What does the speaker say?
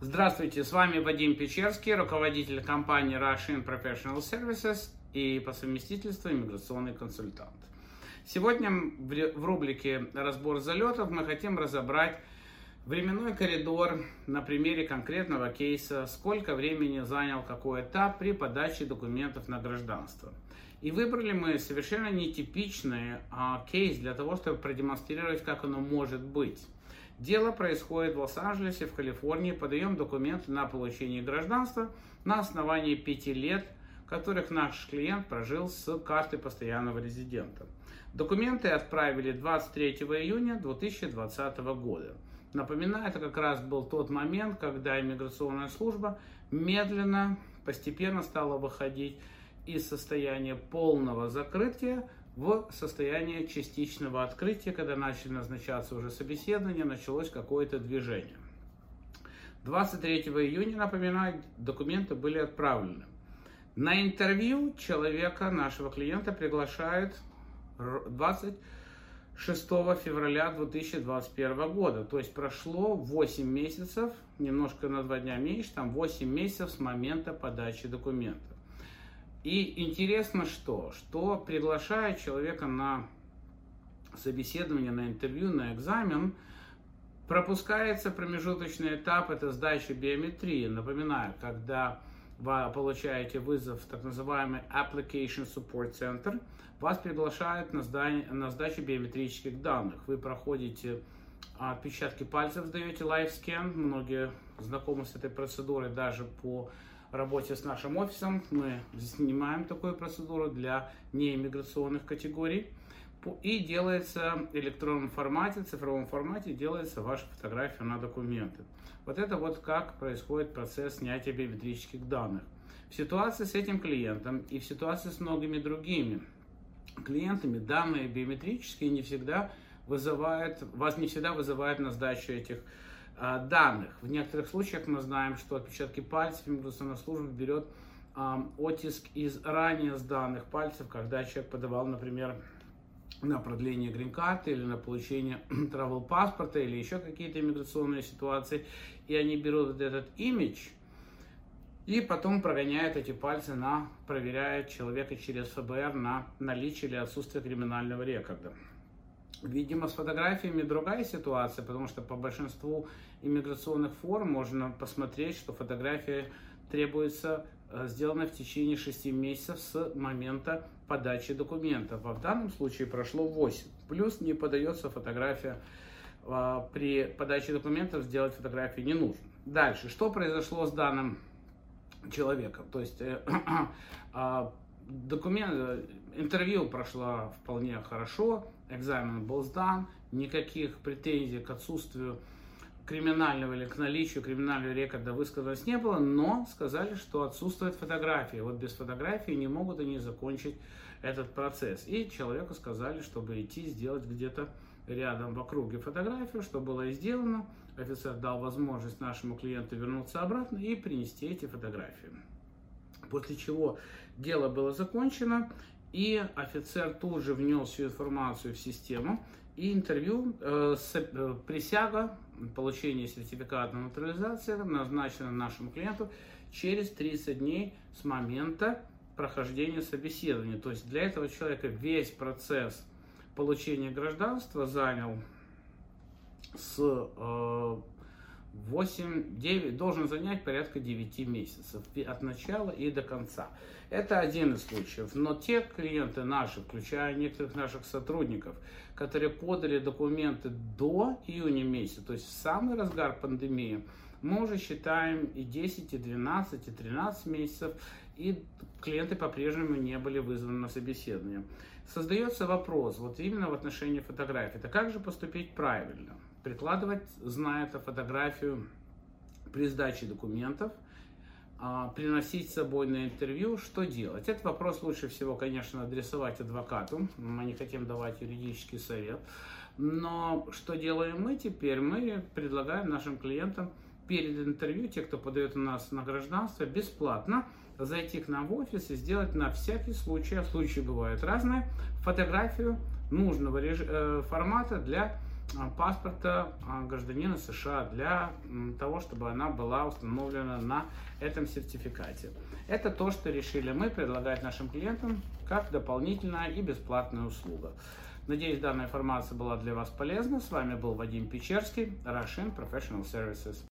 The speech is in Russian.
Здравствуйте, с вами Вадим Печерский, руководитель компании Russian Professional Services и по совместительству иммиграционный консультант. Сегодня в рубрике «Разбор залетов» мы хотим разобрать временной коридор на примере конкретного кейса, сколько времени занял какой этап при подаче документов на гражданство. И выбрали мы совершенно нетипичный кейс для того, чтобы продемонстрировать, как оно может быть. Дело происходит в Лос-Анджелесе, в Калифорнии. Подаем документы на получение гражданства на основании 5 лет, которых наш клиент прожил с картой постоянного резидента. Документы отправили 23 июня 2020 года. Напоминаю, это как раз был тот момент, когда иммиграционная служба медленно, постепенно стала выходить из состояния полного закрытия в состояние частичного открытия, когда начали назначаться уже собеседования, началось какое-то движение. 23 июня, напоминаю, документы были отправлены. На интервью человека, нашего клиента, приглашают 26 февраля 2021 года. То есть прошло 8 месяцев, немножко на 2 дня меньше, там 8 месяцев с момента подачи документов. И интересно, что приглашая человека на собеседование, на интервью, на экзамен, пропускается промежуточный этап, это сдача биометрии. Напоминаю, когда вы получаете вызов в так называемый Application Support Center, вас приглашают на сдачу биометрических данных. Вы проходите отпечатки пальцев, сдаете LiveScan, многие знакомы с этой процедурой даже по работе с нашим офисом. Мы снимаем такую процедуру для неиммиграционных категорий. И делается в электронном формате, в цифровом формате делается ваша фотография на документы. Вот это вот как происходит процесс снятия биометрических данных. В ситуации с этим клиентом и в ситуации с многими другими клиентами данные биометрические вас не всегда вызывают на сдачу этих данных. В некоторых случаях мы знаем, что отпечатки пальцев иммиграционная служба берет оттиск из ранее сданных пальцев, когда человек подавал, например, на продление грин-карты или на получение travel-паспорта или еще какие-то иммиграционные ситуации. И они берут вот этот имидж и потом прогоняют эти пальцы, проверяют человека через ФБР на наличие или отсутствие криминального рекорда. Видимо, с фотографиями другая ситуация, потому что по большинству иммиграционных форм можно посмотреть, что фотография требуется сделана в течение 6 месяцев с момента подачи документов. А в данном случае прошло 8. Плюс не подается фотография. При подаче документов сделать фотографию не нужно. Дальше. Что произошло с данным человеком? То есть интервью прошло вполне хорошо, экзамен был сдан, никаких претензий к отсутствию криминального или к наличию криминального рекорда высказалось не было, но сказали, что отсутствует фотография. Вот без фотографии не могут они закончить этот процесс. И человеку сказали, чтобы идти сделать где-то рядом в округе фотографию, что было и сделано. Офицер дал возможность нашему клиенту вернуться обратно и принести эти фотографии. После чего дело было закончено, и офицер тут же внес всю информацию в систему, и интервью, присяга, получение сертификата натурализации назначено нашему клиенту через 30 дней с момента прохождения собеседования. То есть для этого человека весь процесс получения гражданства занял должен занять порядка 9 месяцев от начала и до конца. Это один из случаев. Но те клиенты наши, включая некоторых наших сотрудников, которые подали документы до июня месяца, то есть в самый разгар пандемии, мы уже считаем и 10, и 12, и 13 месяцев, и клиенты по-прежнему не были вызваны на собеседование. Создается вопрос, вот именно в отношении фотографий, это как же поступить правильно? Прикладывать, зная эту фотографию при сдаче документов, приносить с собой на интервью, что делать? Этот вопрос лучше всего, конечно, адресовать адвокату, мы не хотим давать юридический совет, но что делаем мы теперь? Мы предлагаем нашим клиентам перед интервью, те, кто подает у нас на гражданство, бесплатно зайти к нам в офис и сделать на всякий случай, а случаи бывают разные, фотографию нужного формата для паспорта гражданина США для того, чтобы она была установлена на этом сертификате. Это то, что решили мы предлагать нашим клиентам как дополнительная и бесплатная услуга. Надеюсь, данная информация была для вас полезна. С вами был Вадим Печерский, Russian Professional Services.